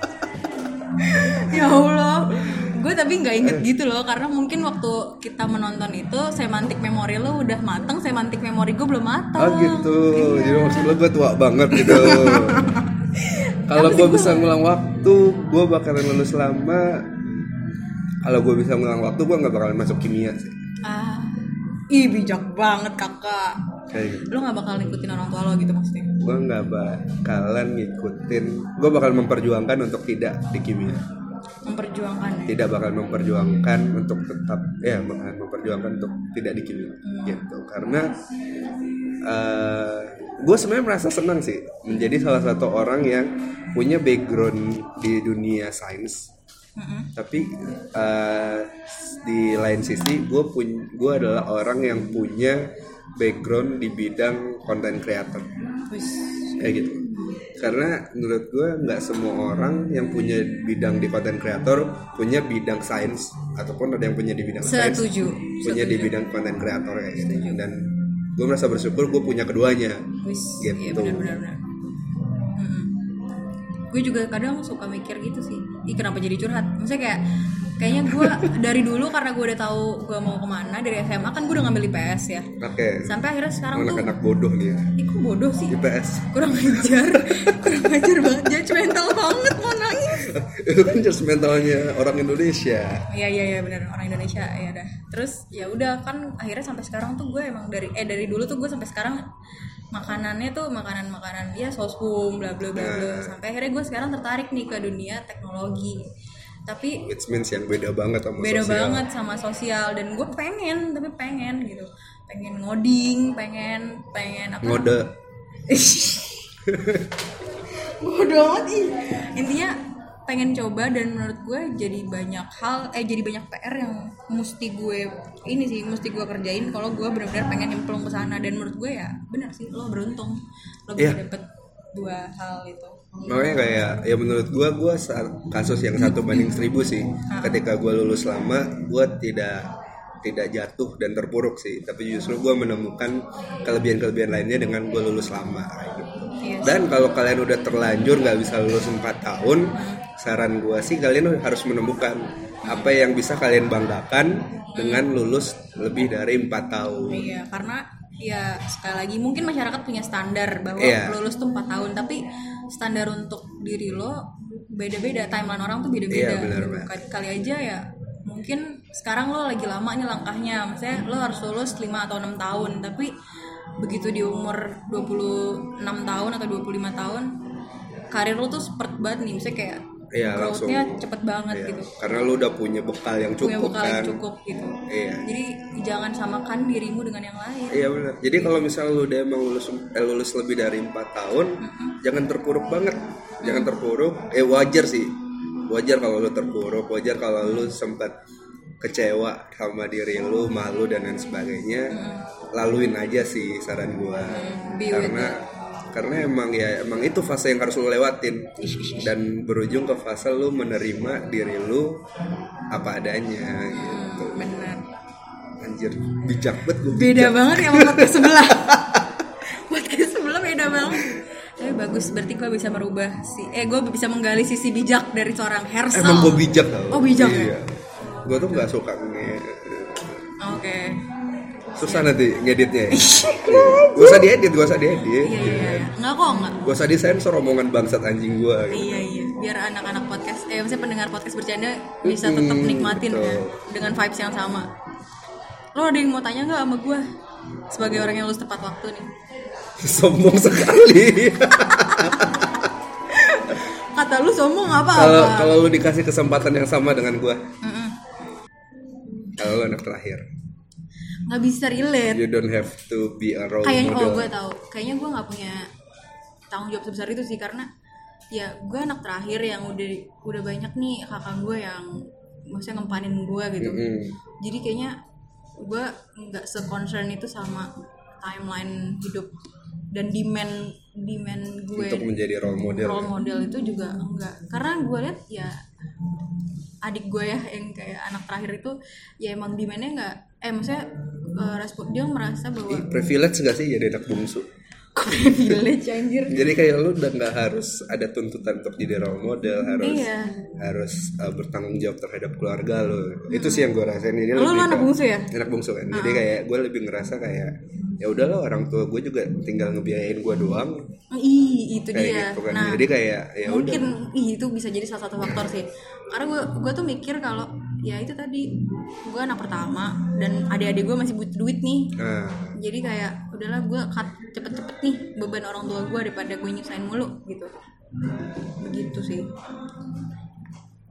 Ya Allah. Gue tapi nggak inget gitu loh, karena mungkin waktu kita menonton itu semantik memori lo udah matang, semantik memori gue belum matang. Oh gitu, iya. Jadi maksud lo gue tua banget gitu. Kalau gue bisa ngulang waktu, gue bakalan lulus lama. Kalau gue bisa ngulang waktu, gue nggak bakalan masuk kimia sih. Ah, ih bijak banget kakak. Kayak gitu. Lo nggak bakalan ngikutin orang tua lo gitu maksudnya? Gue nggak bakalan ngikutin, gue bakal memperjuangkan untuk tidak di kimia. memperjuangkan ya? Tidak bakal memperjuangkan untuk tetap ya memperjuangkan untuk tidak dikimia hmm. gitu karena uh, gue sebenarnya merasa senang sih menjadi salah satu orang yang punya background di dunia sains. Mm-hmm. Tapi uh, di lain sisi gue pun gue adalah orang yang punya background di bidang content creator kayak gitu karena menurut gue nggak semua orang yang punya bidang di content creator punya bidang sains ataupun ada yang punya di bidang sains punya Setuju. di bidang content creator kayak gitu dan gue merasa bersyukur gue punya keduanya. Wis, gitu. Iya benar-benar. Hmm. Gue juga kadang suka mikir gitu sih. Ih kenapa jadi curhat? Maksudnya kayak kayaknya gue dari dulu karena gue udah tahu gue mau kemana dari S M A kan gue udah ngambil I P S ya. Oke. Okay. Sampai akhirnya sekarang anak-anak tuh anak bodoh nih ya. Ih kok bodoh sih? I P S. Kurang ajar. Kurang ajar banget. Judgmental banget mau nangis. Itu kan judgmentalnya orang Indonesia. Iya iya iya benar orang Indonesia ya dah. Terus ya udah kan akhirnya sampai sekarang tuh gue emang dari eh dari dulu tuh gue sampai sekarang makanannya tuh makanan-makanan ya sospum bla bla bla bla nah. Sampai akhirnya gue sekarang tertarik nih ke dunia teknologi. Tapi it means yang beda banget sama beda sosial. banget sama sosial dan gue pengen tapi pengen gitu pengen ngoding pengen pengen apa ngode ngode banget ih intinya pengen coba dan menurut gue jadi banyak hal eh jadi banyak P R yang mesti gue ini sih mesti gue kerjain kalau gue benar-benar pengen nyemplung ke sana dan menurut gue ya benar sih lo beruntung lo bisa yeah. dapet dua hal itu. Makanya kayak ya menurut gue gue kasus yang satu banding seribu sih. Ketika gue lulus lama gue tidak tidak jatuh dan terpuruk sih, tapi justru gue menemukan kelebihan-kelebihan lainnya dengan gue lulus lama gitu. Yes. Dan kalau kalian udah terlanjur nggak bisa lulus empat tahun, saran gue sih kalian harus menemukan apa yang bisa kalian banggakan dengan lulus lebih dari empat tahun. Iya, karena ya sekali lagi mungkin masyarakat punya standar bahwa yeah. lulus tuh empat tahun, tapi standar untuk diri lo beda-beda, timeline orang tuh beda-beda. Yeah, bener, gitu. Kali aja ya mungkin sekarang lo lagi lama nih langkahnya, maksudnya lo harus lulus lima atau enam tahun, tapi begitu di umur dua puluh enam tahun atau dua puluh lima tahun karir lo tuh spurt banget nih, maksudnya kayak iya, growth-nya cepet banget iya. gitu. Karena lu udah punya bekal yang cukup punya bekal kan. yang cukup gitu. Iya. Jadi jangan samakan dirimu dengan yang lain. Iya benar. Jadi kalau misalnya lu udah emang lulus eh, lulus lebih dari empat tahun, mm-hmm. jangan terpuruk banget. Mm-hmm. Jangan terpuruk. Eh wajar sih. Wajar kalau lu terpuruk, wajar kalau lu sempat kecewa sama diri lu, malu dan lain sebagainya. Mm-hmm. Laluin aja sih saran gua. Mm-hmm. Karena karena emang ya emang itu fase yang harus lo lewatin dan berujung ke fase lo menerima diri lo apa adanya gitu. Hmm, benar. Anjir bijak banget gue. Beda banget ya sama podcast sebelah. Podcast sebelah beda banget. Tapi bagus, berarti gue bisa merubah si eh gue bisa menggali sisi bijak dari seorang Hersal. Emang gue bijak tau. Oh bijak iya. ya. Gue tuh nggak suka nge. Oke. Okay. Susah nanti ngeditnya. Gak usah diedit, gak usah diedit. Iya iya iya. Enggak kok, enggak. Gak usah disensor omongan bangsat anjing gue gitu. Iya iya. Biar anak-anak podcast, eh maksudnya pendengar podcast bercanda bisa tetap nikmatin hmm, ya dengan vibes yang sama. Lo ada yang mau tanya enggak sama gue? Sebagai orang yang lulus tepat waktu nih. Sombong sekali. Kata lu sombong apa-apa. Kalau kalau lu dikasih kesempatan yang sama dengan gue. Kalau lu anak terakhir. Nggak bisa relate. You don't have to be a role Kayaknya, model. oh gue tahu. Kayaknya gue nggak punya tanggung jawab sebesar itu sih, karena ya gue anak terakhir yang udah udah banyak nih kakak gue yang maksudnya ngempanin gue gitu. Mm-hmm. Jadi kayaknya gue nggak se-concern itu sama timeline hidup dan demand demand gue untuk menjadi role model. Role model itu juga enggak. Karena gue lihat ya adik gue ya yang kayak anak terakhir itu ya emang demandnya nggak eh maksudnya uh, respon dia merasa bahwa eh, privilege nggak sih jadi anak bungsu? Kok privilege anjir? Jadi kayak lu udah nggak harus ada tuntutan untuk jadi role model, harus iya. harus uh, bertanggung jawab terhadap keluarga lu. Hmm. Itu sih yang gue rasain. Ini lu anak bungsu ya? Anak bungsu kan. Uh-huh. Jadi kayak gue lebih ngerasa kayak ya udahlah orang tua gue juga tinggal ngebiayain gue doang. Ih itu kayak dia. Gitu kan. Nah, jadi kayak ya mungkin udah. Ih, itu bisa jadi salah satu faktor sih. Karena gue gue tuh mikir kalau ya itu tadi gue anak pertama dan adik-adik gue masih butuh duit nih. Uh. Jadi kayak udahlah gue cut cepet-cepet nih beban orang tua gue daripada gue nyusahin mulu gitu. Begitu sih.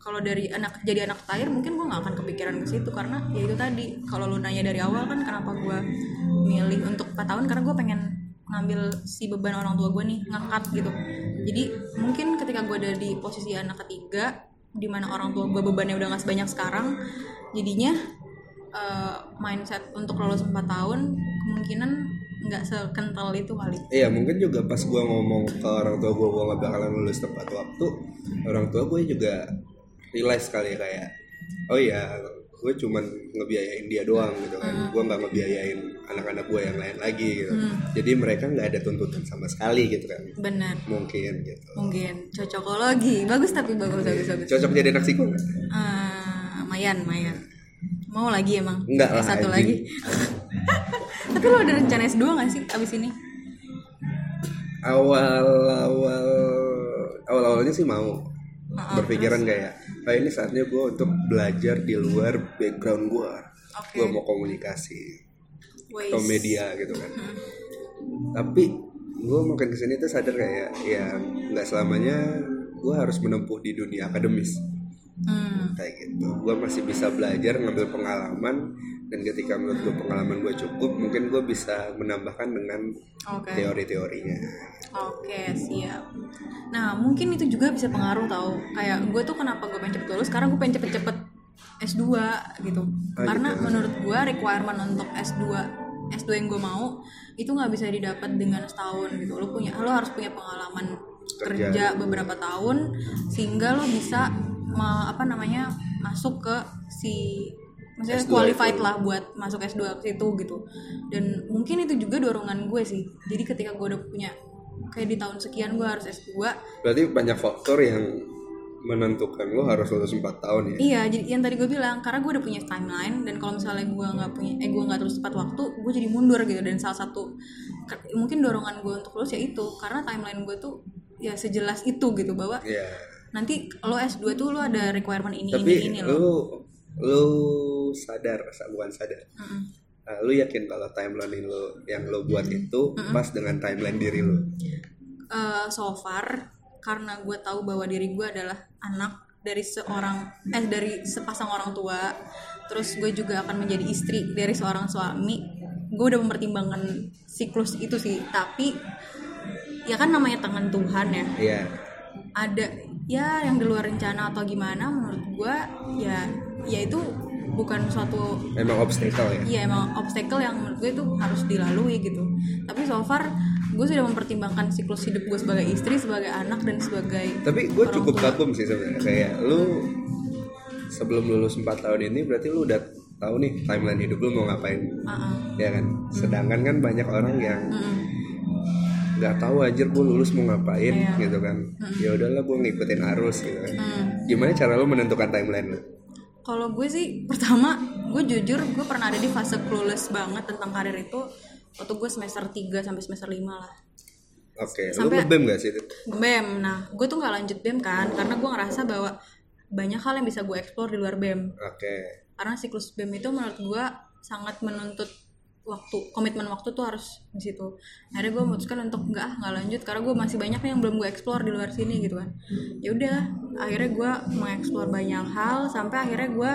kalau dari anak jadi anak terakhir mungkin gue nggak akan kepikiran ke situ, karena ya itu tadi, kalau lu nanya dari awal kan kenapa gue milih untuk empat tahun, karena gue pengen ngambil si beban orang tua gue nih, ngangkat gitu. Jadi mungkin ketika gue ada di posisi anak ketiga di mana orang tua gue bebannya udah nggak sebanyak sekarang, jadinya uh, mindset untuk lulus empat tahun kemungkinan nggak sekental itu kali. Iya, mungkin juga pas gue ngomong ke orang tua gue gue nggak bakalan lulus tepat waktu, orang tua gue juga realize kali kayak, oh iya gue cuman ngebiayain dia doang gitu kan, hmm. gue nggak ngebiayain anak-anak gue yang lain lagi gitu. Hmm. Jadi mereka nggak ada tuntutan sama sekali gitu kan. Benar. Mungkin gitu. Mungkin cocokologi bagus, tapi bagus bagus bagus. Cocok jadi anak psiko nggak? Uh, mayan mayan. Mau lagi emang? Enggak lah. Satu lagi. Tapi lo ada rencana S dua nggak sih abis ini? Awal-awal awal-awalnya sih mau. Uh-uh, berpikiran terus? Kayak, kayak ini saatnya gue untuk belajar di luar background gue. Okay. Gue mau komunikasi Waze. Atau media gitu kan. Hmm. Tapi gue makin kesini tuh sadar kayak ya nggak selamanya gue harus menempuh di dunia akademis. Hmm. Kayak gitu, gue masih bisa belajar, ngambil pengalaman, dan ketika menurut gue pengalaman gue cukup, mungkin gue bisa menambahkan dengan okay. teori-teorinya. Oke, okay, siap. Nah, mungkin itu juga bisa pengaruh tau. Kayak gue tuh kenapa gue pengen cepet lulus, karena gue pengen cepet-cepet S dua gitu. Ah, karena gitu. Menurut gue requirement untuk S dua S dua yang gue mau itu nggak bisa didapat dengan setahun gitu. Lo punya, lo harus punya pengalaman kerja, kerja beberapa tahun sehingga lo bisa Ma, apa namanya masuk ke si maksudnya S dua qualified itu. Lah buat masuk S dua ke situ gitu. Dan mungkin itu juga dorongan gue sih. Jadi ketika gue udah punya kayak di tahun sekian gue harus S dua. Berarti banyak faktor yang menentukan lo harus lulus empat tahun ya. Iya, jadi yang tadi gue bilang, karena gue udah punya timeline, dan kalau misalnya gue nggak punya eh gue nggak terus tepat waktu, gue jadi mundur gitu. Dan salah satu mungkin dorongan gue untuk lulus ya itu, karena timeline gue tuh ya sejelas itu gitu, bahwa yeah. nanti lo S dua tuh lo ada requirement ini tapi ini ini lo. Tapi lo lo sadar, bukan sadar. Mm-hmm. Nah, lo yakin kalau timeline lo yang lo buat itu mm-hmm. pas dengan timeline diri lo? Uh, so far karena gue tahu bahwa diri gue adalah anak dari seorang eh dari sepasang orang tua, terus gue juga akan menjadi istri dari seorang suami. Gue udah mempertimbangkan siklus itu sih, tapi ya kan namanya tangan Tuhan ya. Iya. Yeah. Ada ya yang di luar rencana atau gimana, menurut gue ya ya itu bukan suatu emang obstacle ya. Iya, emang obstacle yang menurut gue itu harus dilalui gitu. Tapi so far gue sudah mempertimbangkan siklus hidup gue sebagai istri, sebagai anak, dan sebagai tapi gue cukup kagum sih sebenarnya. Kayak lu sebelum lulus empat tahun ini berarti lu udah tahu nih timeline hidup lu mau ngapain. Uh-uh. Ya kan. Sedangkan kan banyak orang yang nggak uh-uh. tahu anjir gue lulus mau ngapain yeah. gitu kan. Uh-uh. Ya udahlah gue ngikutin arus gitu kan. Uh-uh. Gimana cara lu menentukan timeline lu? Kalau gue sih pertama gue jujur gue pernah ada di fase clueless banget tentang karir itu waktu gue semester tiga sampai semester lima lah. Oke, okay. Lu nge-B E M gak sih itu? nge-B E M, nah gue tuh gak lanjut B E M kan karena gue ngerasa bahwa banyak hal yang bisa gue explore di luar B E M. Oke. Okay. Karena siklus B E M itu menurut gue sangat menuntut waktu, komitmen waktu tuh harus di situ. Akhirnya gue memutuskan untuk enggak nggak lanjut karena gue masih banyak yang belum gue explore di luar sini gitu kan. Ya udah, akhirnya gue mengeksplor banyak hal sampai akhirnya gue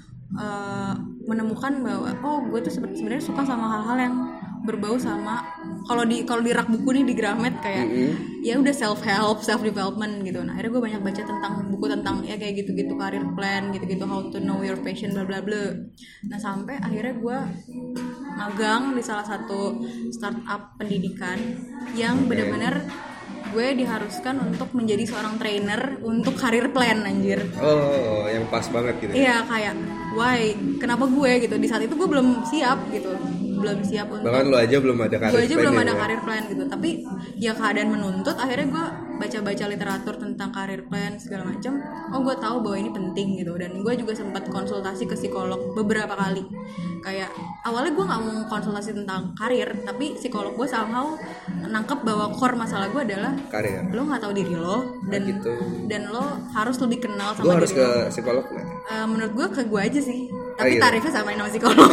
uh, menemukan bahwa oh gue tuh sebenarnya suka sama hal-hal yang berbau sama kalau di kalau di rak buku nih di Gramet kayak mm-hmm. ya udah self help, self development gitu. Nah akhirnya gue banyak baca tentang buku tentang ya kayak gitu-gitu career plan gitu-gitu, how to know your passion bla bla bla. Nah sampai akhirnya gue magang di salah satu startup pendidikan yang benar-benar gue diharuskan untuk menjadi seorang trainer untuk career plan anjir. Oh, yang pas banget gitu. Iya kayak why kenapa gue gitu di saat itu gue belum siap gitu. belum siap untuk bahkan lo aja belum ada karir plan. Gue aja belum ada ya? Karir plan gitu. Tapi ya keadaan menuntut akhirnya gue baca-baca literatur tentang karir plan segala macam. Oh gue tahu bahwa ini penting gitu. Dan gue juga sempat konsultasi ke psikolog beberapa kali. Kayak awalnya gue nggak mau konsultasi tentang karir, tapi psikolog gue somehow nangkep bahwa core masalah gue adalah karir. Lo nggak tahu diri lo dan nah, gitu. dan lo harus lebih kenal sama gua diri harus ke lo. Psikolog nggak? Uh, menurut gue ke gue aja sih. Tapi ah, iya. tarifnya samain sama psikolog.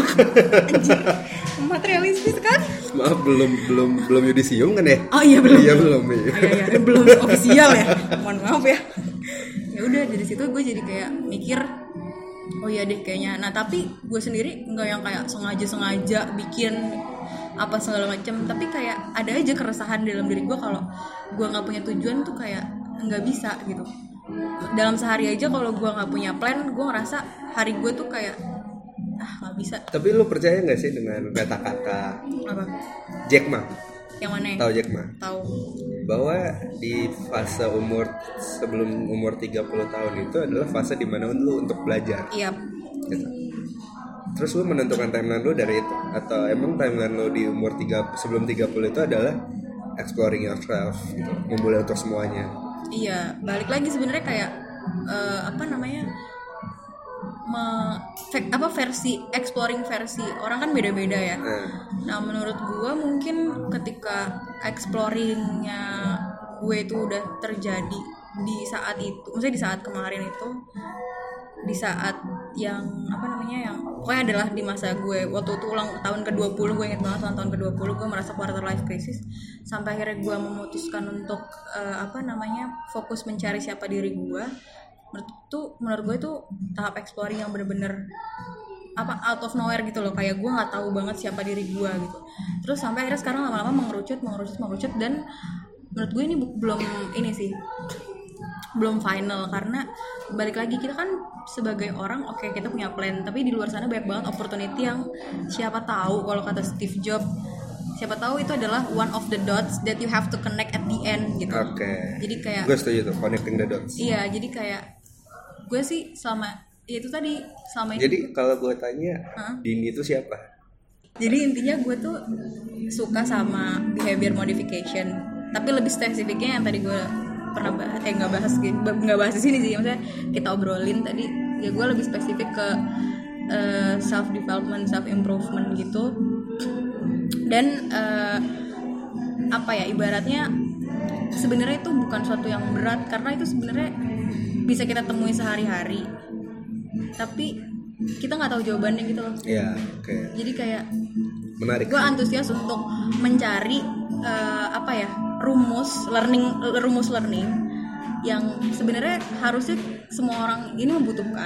Materialistis kan? Maaf belum belum belum yudisium kan ya? Oh iya belum. Iya belum. Iya. Oh, iya, iya. belum ofisial ya. Mohon maaf ya. ya udah dari situ gue jadi kayak mikir oh iya deh kayaknya. Nah tapi gue sendiri nggak yang kayak sengaja-sengaja bikin apa segala macam, tapi kayak ada aja keresahan dalam diri gue kalau gue nggak punya tujuan tuh kayak nggak bisa gitu. Dalam sehari aja kalau gue nggak punya plan, gue ngerasa hari gue tuh kayak ah nggak bisa. Tapi lu percaya nggak sih dengan kata-kata Apa? Jack Ma? Yang mana? Tahu Jack Ma? Tahu. Bahwa di fase umur sebelum umur tiga puluh tahun itu adalah fase dimana lu untuk belajar. Iya. Gitu. Terus lu menentukan timeline lu dari itu, atau emang timeline lu di umur tiga sebelum tiga puluh itu adalah exploring yourself gitu, memulai untuk semuanya. Iya, balik lagi sebenarnya kayak uh, apa namanya? Me, apa versi exploring versi orang kan beda-beda ya. Nah, nah menurut gue mungkin ketika exploringnya gue itu udah terjadi di saat itu, maksudnya di saat kemarin itu, di saat yang apa namanya yang pokoknya adalah di masa gue waktu itu ulang tahun ke dua puluh, gue inget banget ulang tahun ke dua puluh gue merasa quarter life crisis sampai akhirnya gue memutuskan untuk uh, apa namanya fokus mencari siapa diri gue. Menurut tuh menurut gue itu tahap exploring yang bener-bener apa out of nowhere gitu loh, kayak gue nggak tahu banget siapa diri gue gitu. Terus sampai akhirnya sekarang lama-lama mengerucut mengerucut mengerucut dan menurut gue ini bu- belum ini sih belum final, karena balik lagi kita kan sebagai orang oke okay, kita punya plan, tapi di luar sana banyak banget opportunity yang siapa tahu kalau kata Steve Jobs siapa tahu itu adalah one of the dots that you have to connect at the end gitu. Oke. Okay. Jadi kayak gue setuju tuh connecting the dots. Iya, jadi kayak gue sih selama ya itu tadi selama ini. Jadi kalau gue tanya, huh? Dini itu siapa? Jadi intinya gue tuh suka sama behavior modification, tapi lebih spesifiknya yang tadi gue pernah bahas, eh nggak bahas nggak bahas di sini sih, maksudnya kita obrolin tadi ya gue lebih spesifik ke uh, self development, self improvement gitu. Dan uh, apa ya ibaratnya sebenarnya itu bukan suatu yang berat karena itu sebenarnya bisa kita temui sehari-hari, tapi kita nggak tahu jawabannya gitu loh. Iya, oke. Okay. Jadi kayak menarik. Gue antusias untuk mencari uh, apa ya rumus learning, rumus learning yang sebenarnya harusnya semua orang ini membutuhkan,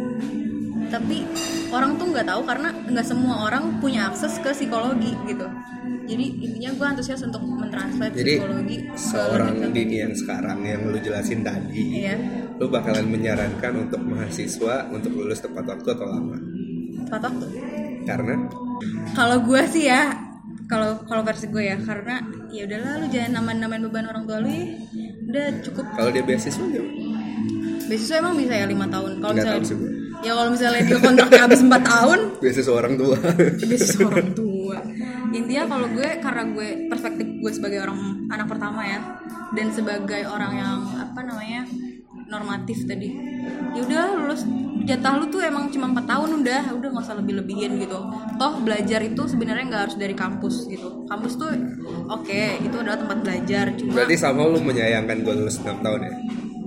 tapi orang tuh nggak tahu karena nggak semua orang punya akses ke psikologi gitu. Jadi intinya gue antusias untuk mentranslate psikologi. Jadi seorang Dini yang sekarang yang lu jelasin tadi, iya. Lu bakalan menyarankan untuk mahasiswa untuk lulus tepat waktu atau lama? Tepat waktu. Karena? Kalau gue sih ya, kalau kalau versi gue ya, karena ya udahlah lu jangan namain-namain beban orang tua lu ya, udah cukup. Kalau dia beasiswa gimana? Beasiswa emang bisa ya lima tahun. Kalau misalnya tahu sih gue. Ya kalau misalnya dia kontraknya habis empat tahun, beasiswa orang tua. Beasiswa orang tua. Intinya kalau gue karena gue perspektif gue sebagai orang anak pertama ya, dan sebagai orang yang apa namanya normatif tadi, ya udah lulus jatah lu tuh emang cuma empat tahun, udah udah nggak usah lebih lebihin gitu. Toh belajar itu sebenarnya nggak harus dari kampus gitu. Kampus tuh oke okay, itu adalah tempat belajar. Cuma berarti sama lu menyayangkan gue lulus enam tahun ya?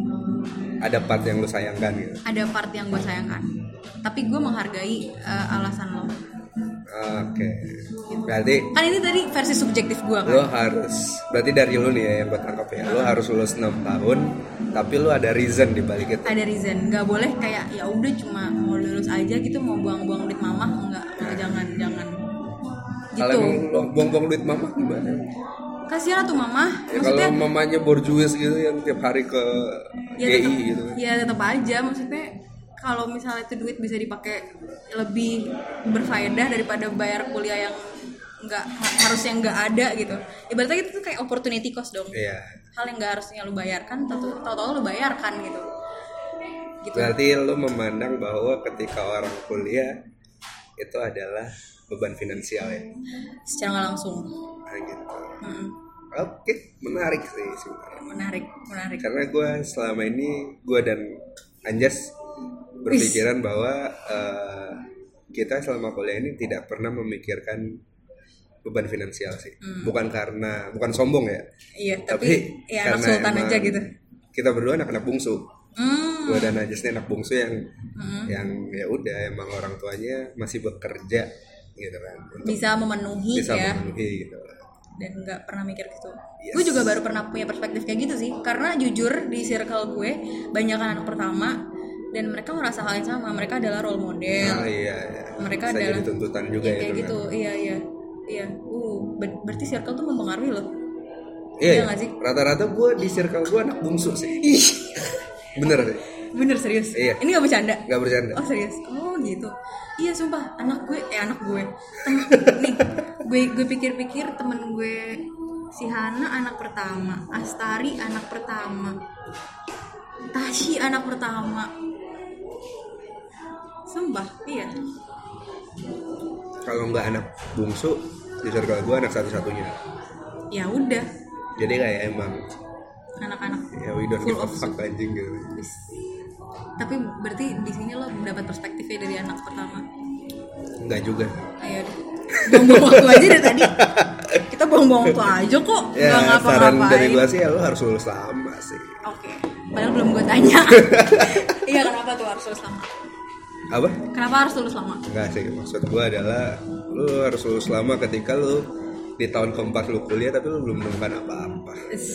Ada part yang lu sayangkan gitu? Ada part yang gue sayangkan, tapi gue menghargai uh, alasan lo. Oke, okay. Berarti kan ini tadi versi subjektif gue kan. Lo harus, berarti dari lo nih ya yang gue tangkap ya, lo harus lulus enam tahun, tapi lo ada reason di balik itu. Ada reason, nggak boleh kayak ya udah cuma mau lulus aja gitu, mau buang-buang duit mama, enggak, enggak jangan jangan. Gitu. Kalau emang lo buang-buang duit mama gimana? Kasihan tuh mama. Ya kalau mamanya borjuis gitu yang tiap hari ke ya G I tetep, gitu. Ya tetap aja, maksudnya kalau misalnya itu duit bisa dipakai lebih berfaedah daripada bayar kuliah yang nggak harusnya nggak ada gitu. Ibaratnya itu tuh kayak opportunity cost dong. Iya. Hal yang nggak harusnya lu bayarkan, tahu-tahu lu bayarkan gitu. Gitu. Berarti lu memandang bahwa ketika orang kuliah itu adalah beban finansial ya? Secara nggak langsung. Nah gitu. Hmm. Oke, menarik sih sebenarnya. Menarik, menarik. Karena gue selama ini gue dan Anjas berpikiran Is. bahwa uh, kita selama kuliah ini tidak pernah memikirkan beban finansial sih. Hmm. Bukan karena bukan sombong ya. Iya, tapi, tapi ya anak sultan aja gitu. Kita berdua anak-anak bungsu. Hmm. Gue dan Anjas ini anak bungsu yang hmm. yang ya udah emang orang tuanya masih bekerja gitu kan. Bisa memenuhi bisa ya. memenuhi gitu. dan nggak pernah mikir gitu. Yes. Gue juga baru pernah punya perspektif kayak gitu sih, karena jujur di circle gue banyak anak pertama dan mereka merasa hal yang sama, mereka adalah role model. Ah, iya, iya. Mereka bisa adalah jadi tuntutan juga ya, ya kayak itu, gitu, kan? iya iya iya. Uh, ber- berarti circle tuh mempengaruhi loh. Iya, Iya nggak sih? rata-rata gue di circle gue anak bungsu sih. Bener sih. Bener serius? Iya. Ini gak bercanda? Gak bercanda. Oh serius? Oh gitu. Iya sumpah, anak gue, eh anak gue Tem- nih, gue gue pikir-pikir temen gue si Hana anak pertama, Astari anak pertama, Tashi anak pertama. Sumpah, iya. Kalau nggak anak bungsu di circle gue anak satu-satunya. Ya udah, Jadi kayak emang anak-anak ya we don't full give a of fuck anjing gitu. Wis. Tapi berarti di sini lo mendapat perspektifnya dari anak pertama. Enggak juga. Ayo deh. Buang-buang waktu aja dari tadi. Kita buang-buang waktu aja kok. Ya Nggak saran ngapa-ngapain. dari gue sih ya lo harus lulus lama sih. Oke. Padahal belum gue tanya. Iya kenapa tuh harus lulus lama? Apa? Kenapa harus lulus lama? Enggak sih, maksud gue adalah lo harus lulus lama ketika lo di tahun keempat lo kuliah tapi lo belum menemukan apa-apa.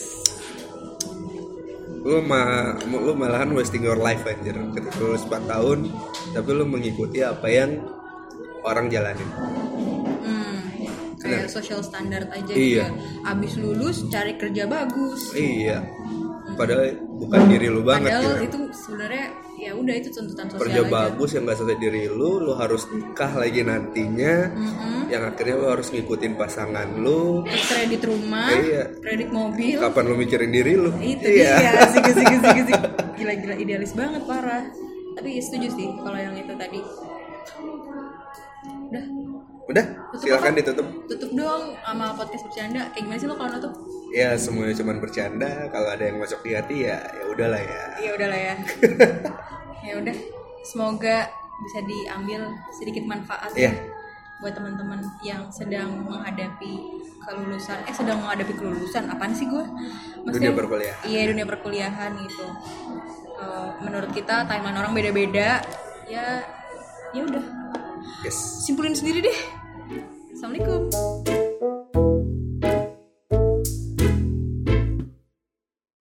Lo ma lo malahan wasting your life anjir ketika lo lulus empat tahun tapi lo mengikuti apa yang orang jalanin. Hmm, kayak social standard aja Iya. gitu. Abis lulus cari kerja bagus. Iya. Padahal bukan diri lo banget. Padahal gitu. itu sebenarnya ya udah itu tuntutan sosial Kerja aja. bagus yang gak sesuai diri lu, lu harus nikah lagi nantinya, Mm-hmm. yang akhirnya lu harus ngikutin pasangan lu. Terus kredit rumah, Iya. kredit mobil. Kapan lu mikirin diri lu? Itu Iya. dia, asik asik asik asik. Gila-gila idealis banget parah. Tapi setuju sih kalau yang itu tadi. Udah, Udah, Tutup silakan apa? ditutup. tutup dong sama podcast bercanda. Kayak gimana sih lo kalau nutup? Ya semuanya cuma bercanda. Kalau ada yang masuk di hati ya, ya udahlah ya. Ya udahlah ya. Ya udah. Semoga bisa diambil sedikit manfaat Iya. buat teman-teman yang sedang menghadapi kelulusan. Eh sedang menghadapi kelulusan. Apaan sih gue? Dunia perkuliahan. Iya dunia perkuliahan gitu. Uh, menurut kita timeline orang beda-beda. Ya, ya udah. Yes. Simpulin sendiri deh. Assalamualaikum.